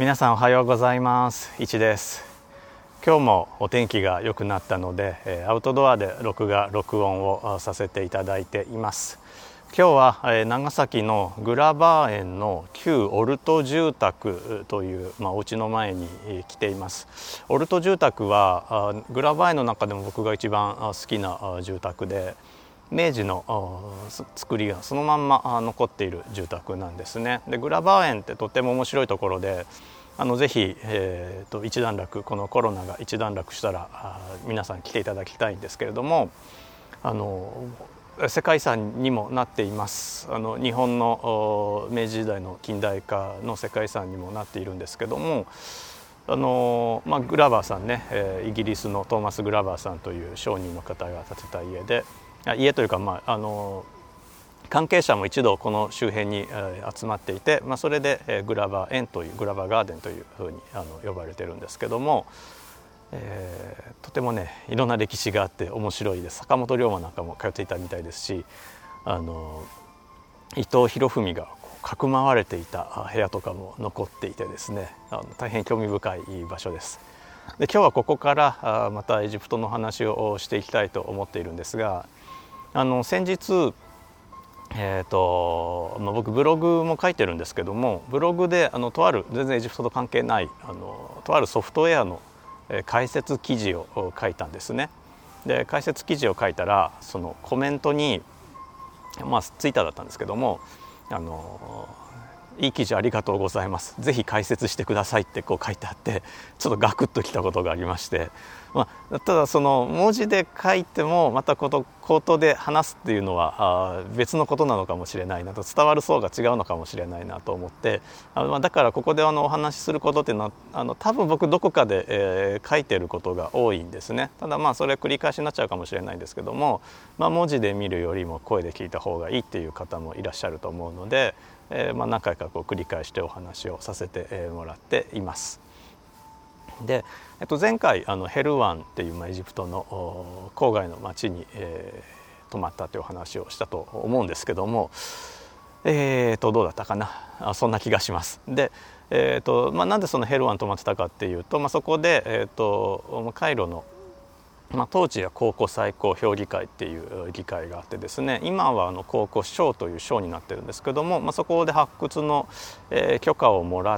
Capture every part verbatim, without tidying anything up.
皆さんおはようございます。いちです。今日もお天気が良くなったのでアウトドアで録画録音をさせていただいています。今日は長崎のグラバー園の旧オルト住宅という、まあ、お家の前に来ています。オルト住宅はグラバー園の中でも僕が一番好きな住宅で、明治の作りがそのまんま残っている住宅なんですね。でグラバー園ってとっても面白いところで、あのぜひ、えー、と一段落、このコロナが一段落したら皆さん来ていただきたいんですけれども、あの世界遺産にもなっています。あの日本の明治時代の近代化の世界遺産にもなっているんですけども、あのまあ、グラバーさんね、えー、イギリスのトーマス・グラバーさんという商人の方が建てた家で、家というか、まあ、あの関係者も一度この周辺に集まっていて、まあ、それでグラバー園というグラバーガーデンというふうにあの呼ばれてるんですけども、えー、とてもねいろんな歴史があって面白いです。坂本龍馬なんかも通っていたみたいですし、あの伊藤博文がかくまわれていた部屋とかも残っていてですね、あの大変興味深い場所です。で今日はここからまたエジプトの話をしていきたいと思っているんですが、あの先日えーとまあ、僕ブログも書いてるんですけども、ブログであのとある全然エジプトと関係ないあのとあるソフトウェアの解説記事を書いたんですね。で解説記事を書いたら、そのコメントに、まあ、ツイッターだったんですけども、あのいい記事ありがとうございます、ぜひ解説してくださいってこう書いてあって、ちょっとガクッときたことがありまして、まあ、ただその文字で書いてもまたこと口頭で話すっていうのはあ別のことなのかもしれないなと、伝わる層が違うのかもしれないなと思って、あまあだからここであのお話しすることっていうのはあの多分僕どこかで、えー、書いてることが多いんですね。ただまあそれ繰り返しになっちゃうかもしれないんですけども、まあ、文字で見るよりも声で聞いた方がいいっていう方もいらっしゃると思うので、えーまあ、何回かこう繰り返してお話をさせてもらっています。で、えっと、前回あのヘルワンっていう、まあ、エジプトの郊外の町に、えー、泊まったというお話をしたと思うんですけども、えー、とどうだったかなあ、そんな気がします。で、えーとまあ、なんでそのヘルワン泊まってたかっていうと、まあ、そこで、えー、とカイロのまあ、当時は高校最高評議会っていう議会があってですね、今はあの高校賞という賞になってるんですけども、まあ、そこで発掘の、えー、許可をもらって、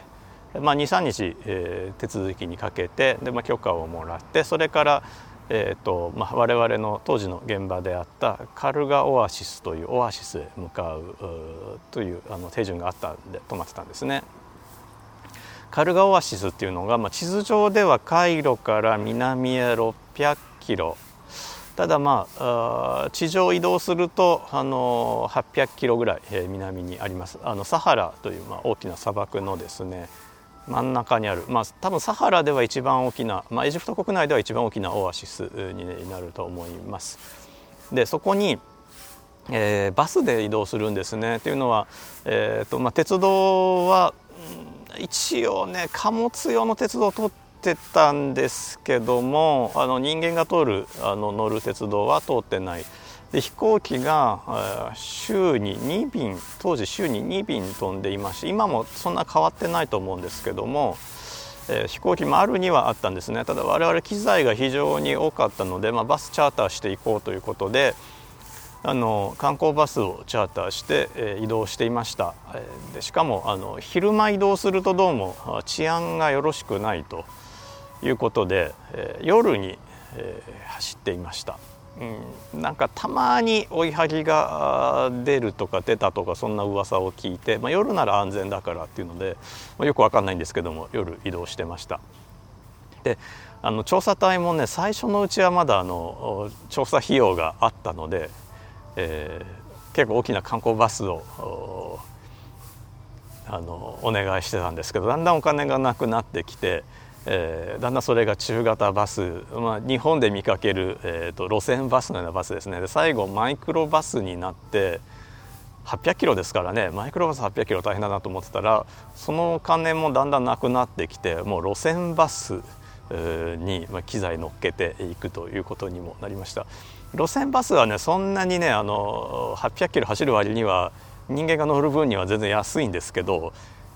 まあ、にさんにち、えー、手続きにかけてで、まあ、許可をもらって、それから、えーとまあ、我々の当時の現場であったカルガオアシスというオアシスへ向かうというあの手順があったんで泊まってたんですね。カルガオアシスっていうのが、まあ、地図上ではカイロから南へろっぴゃくキロ、ただまあ、あ地上移動するとあのはっぴゃくキロぐらい、えー、南にあります。あのサハラという、まあ、大きな砂漠のですね真ん中にある、まあ、多分サハラでは一番大きな、まあ、エジプト国内では一番大きなオアシスになると思います。でそこにえー、バスで移動するんですね。というのは、えーとまあ、鉄道は一応ね貨物用の鉄道を通ってたんですけども、あの人間が通るあの乗る鉄道は通ってない。で飛行機が週ににびん、当時週ににびん飛んでいまして、今もそんな変わってないと思うんですけども、えー、飛行機もあるにはあったんですね。ただ我々機材が非常に多かったので、まあ、バスチャーターしていこうということで、あの観光バスをチャーターして、えー、移動していました。えー、でしかもあの昼間移動するとどうも治安がよろしくないということで、えー、夜に、えー、走っていました。うん、なんかたまに追いはぎが出るとか出たとかそんな噂を聞いて、まあ、夜なら安全だからっていうので、まあ、よくわかんないんですけども夜移動してました。であの調査隊もね最初のうちはまだあの調査費用があったので、えー、結構大きな観光バスをあのお願いしてたんですけど、だんだんお金がなくなってきて、えー、だんだんそれが中型バス、まあ、日本で見かける、えー、と路線バスのようなバスですね。で最後マイクロバスになってはっぴゃくキロですからね、マイクロバスはっぴゃくキロ大変だなと思ってたら、そのお金もだんだんなくなってきて、もう路線バスに機材乗っけていくということにもなりました。路線バスはねそんなにねあのはっぴゃくキロ走る割には人間が乗る分には全然安いんですけど、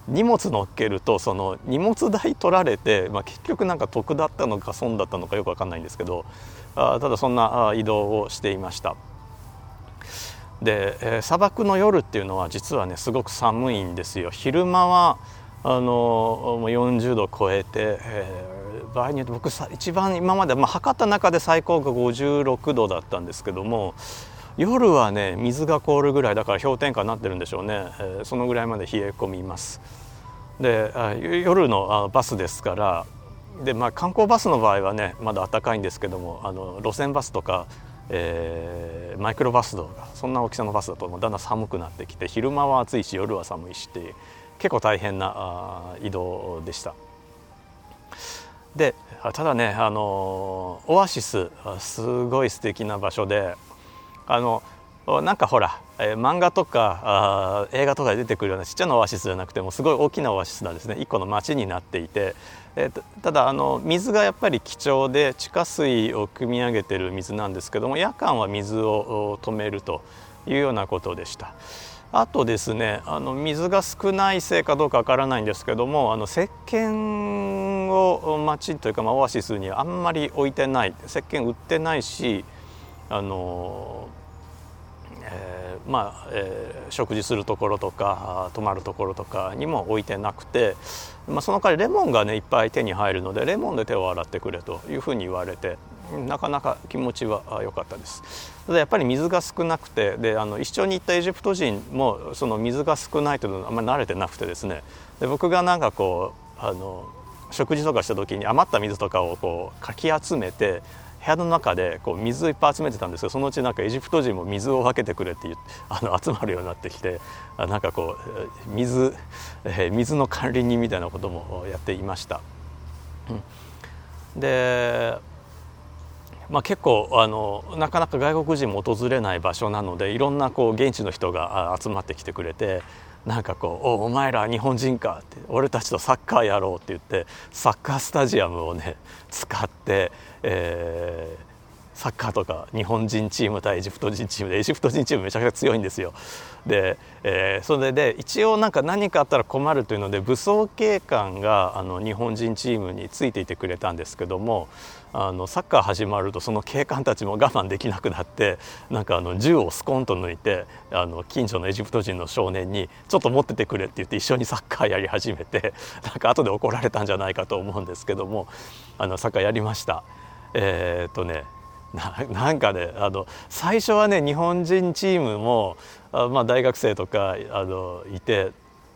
荷物乗っけるとその荷物代取られて、まあ、結局なんか得だったのか損だったのかよく分かんないんですけど、あただそんな移動をしていました。で、えー、砂漠の夜っていうのは実はねすごく寒いんですよ。昼間はあのもうよんじゅうど超えて、えー、場合によって僕さ一番今まで、まあ、測った中で最高がごじゅうろくどだったんですけども、夜はね水が凍るぐらいだから氷点下になってるんでしょうね、えー、そのぐらいまで冷え込みます。で夜のバスですからで、まあ、観光バスの場合はねまだ暖かいんですけども、あの路線バスとか、えー、マイクロバスとかそんな大きさのバスだともうだんだん寒くなってきて、昼間は暑いし夜は寒いしって結構大変な移動でした。でただねあのオアシスすごい素敵な場所で、あのなんかほら、えー、漫画とかあ映画とかで出てくるようなちっちゃなオアシスじゃなくてもすごい大きなオアシスなんですね。一個の町になっていて、えー、ただあの水がやっぱり貴重で地下水を汲み上げてる水なんですけども、夜間は水を止めるというようなことでした。あとですね、あの水が少ないせいかどうかわからないんですけども、あの石鹸を町というか、まあ、オアシスにはあんまり置いてない、石鹸売ってないし、あのえーまあえー、食事するところとか泊まるところとかにも置いてなくて、まあ、その代わりレモンがねいっぱい手に入るのでレモンで手を洗ってくれというふうに言われて、なかなか気持ちは良かったです。ただやっぱり水が少なくて、であの一緒に行ったエジプト人もその水が少ないというのはあんまり慣れてなくてですね、で僕がなんかこうあの食事とかした時に余った水とかをこうかき集めて部屋の中でこう水をいっぱい集めてたんですけど、そのうちなんかエジプト人も水を分けてくれって言ってあの集まるようになってきて、あなんかこう水、えー、水の管理人みたいなこともやっていました。うん、で、まあ、結構あのなかなか外国人も訪れない場所なので、いろんなこう現地の人が集まってきてくれて、なんかこう お, お前ら日本人かって、俺たちとサッカーやろうって言ってサッカースタジアムをね使って、えー、サッカーとか日本人チーム対エジプト人チームでエジプト人チームめちゃくちゃ強いんですよ。で、えー、それで一応なんか何かあったら困るというので武装警官があの日本人チームについていてくれたんですけども、あのサッカー始まるとその警官たちも我慢できなくなって、なんかあの銃をスコンと抜いてあの近所のエジプト人の少年にちょっと持っててくれって言って一緒にサッカーやり始めて、なんか後で怒られたんじゃないかと思うんですけども、あのサッカーやりました。えー、っとねな, なんかねあの最初はね日本人チームもあ、まあ、大学生とかあのいて、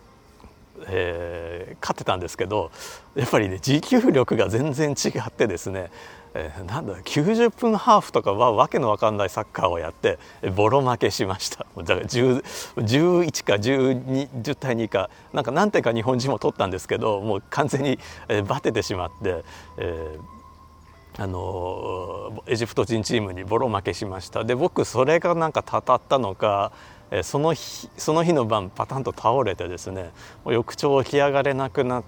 えー、勝ってたんですけど、やっぱりね持久力が全然違ってですね、えー、なんだきゅうじゅっぷんハーフとかはわけのわかんないサッカーをやってボロ負けしました。だからじゅういちかじゅうに、じゅうたいにかなんか何点か日本人も取ったんですけど、もう完全に、えー、バテてしまって、えーあのエジプト人チームにボロ負けしました。で僕それがなんかたたったのか、その日その日の晩パタンと倒れてですね、翌朝起き上がれなくなって、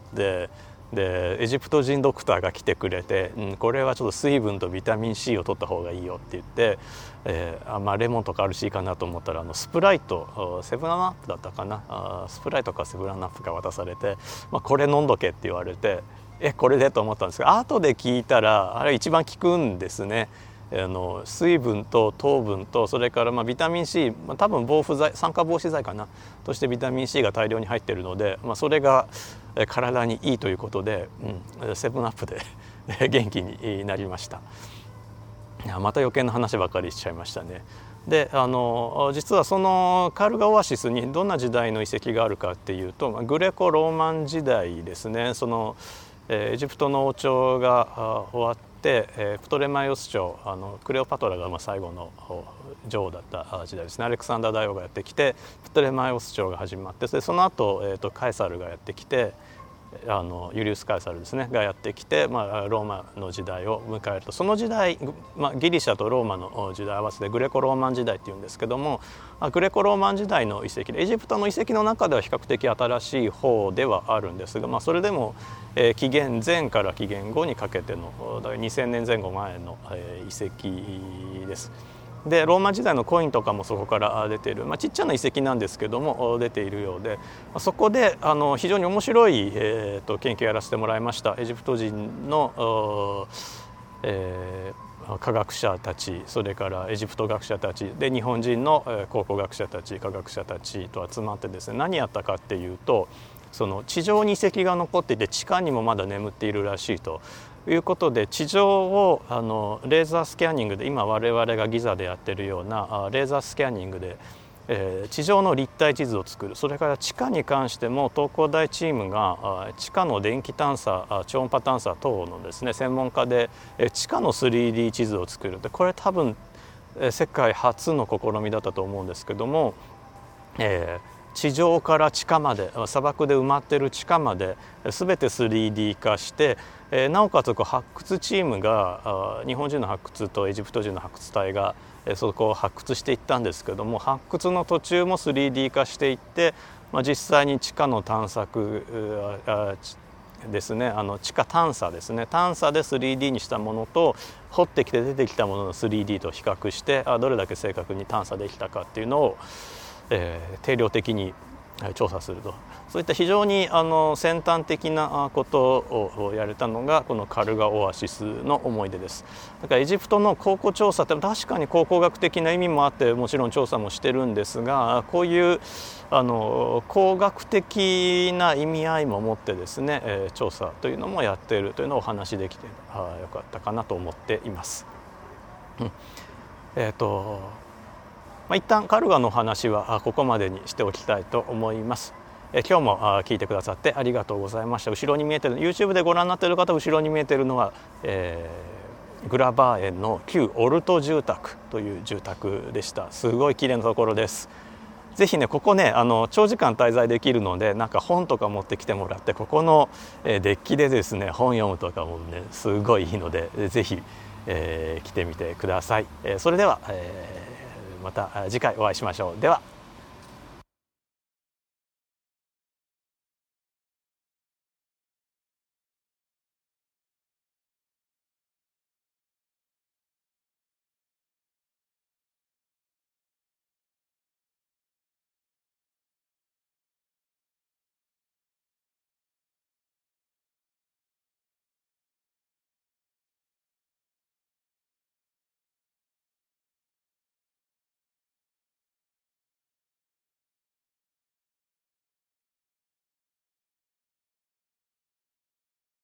でエジプト人ドクターが来てくれて、うん、これはちょっと水分とビタミン C を取った方がいいよって言って、えーあまあ、レモンとかあるしいいかなと思ったらあのスプライトセブンアップだったかな、あスプライトかセブンアップか渡されて、まあ、これ飲んどけって言われて、えこれでと思ったんですが、後で聞いたらあれ一番効くんですね。あの水分と糖分とそれからまあビタミン C、まあ、多分防腐剤酸化防止剤かなとしてビタミン C が大量に入っているので、まあ、それが体にいいということで、うん、セブンアップで元気になりました。また余計な話ばかりしちゃいましたね。であの実はそのカールガオアシスにどんな時代の遺跡があるかっていうと、グレコローマン時代ですね。そのエジプトの王朝が終わって、プトレマイオス朝、あのクレオパトラがまあ最後の女王だった時代ですね。アレクサンダー大王がやってきてプトレマイオス朝が始まって、それでその後、えーとカエサルがやってきて、あのユリウス・カエサルですねがやってきて、まあ、ローマの時代を迎えると、その時代、まあ、ギリシャとローマの時代合わせてグレコローマン時代っていうんですけども、グレコローマン時代の遺跡でエジプトの遺跡の中では比較的新しい方ではあるんですが、まあ、それでも、えー、紀元前から紀元後にかけてのだからにせんねんぜん後前の、えー、遺跡です。 でローマ時代のコインとかもそこから出ている、まあ、ちっちゃな遺跡なんですけども出ているようで、そこであの非常に面白い、えー、と研究をやらせてもらいました。エジプト人の、えー、科学者たち、それからエジプト学者たちで日本人の考古学者たち、科学者たちと集まってですね、何やったかっていうと、その地上に遺跡が残っていて地下にもまだ眠っているらしいということで、地上をあのレーザースキャニングで、今我々がギザでやってるようなレーザースキャニングで、えー、地上の立体地図を作る。それから地下に関しても東工大チームが地下の電気探査、超音波探査等のですね専門家で地下の スリーディー 地図を作る。でこれ多分世界初の試みだったと思うんですけども、えー地上から地下まで、砂漠で埋まっている地下まで全て スリーディー 化して、なおかつ発掘チームが、日本人の発掘とエジプト人の発掘隊がそこを発掘していったんですけども、発掘の途中も スリーディー 化していって、まあ、実際に地下の探索ですね、あの地下探査ですね、探査で スリーディー にしたものと掘ってきて出てきたものの スリーディー と比較して、どれだけ正確に探査できたかっていうのをえー、定量的に調査すると、そういった非常にあの先端的なことをやれたのがこのカルガオアシスの思い出です。だからエジプトの考古調査って確かに考古学的な意味もあってもちろん調査もしてるんですが、こういうあの工学的な意味合いも持ってですね、えー、調査というのもやっているというのをお話しできてあよかったかなと思っています。うん、えーとまあ、一旦カルガの話はここまでにしておきたいと思います。え今日も聞いてくださってありがとうございました。後ろに見えてる YouTube でご覧になっている方、後ろに見えているのは、えー、グラバー園の旧オルト住宅という住宅でした。すごい綺麗なところです。ぜひねここねあの長時間滞在できるので、なんか本とか持ってきてもらって、ここのデッキでですね本読むとかもねすごいいいので、ぜひ、えー、来てみてください。えー、それでは、えーまた次回お会いしましょう。では。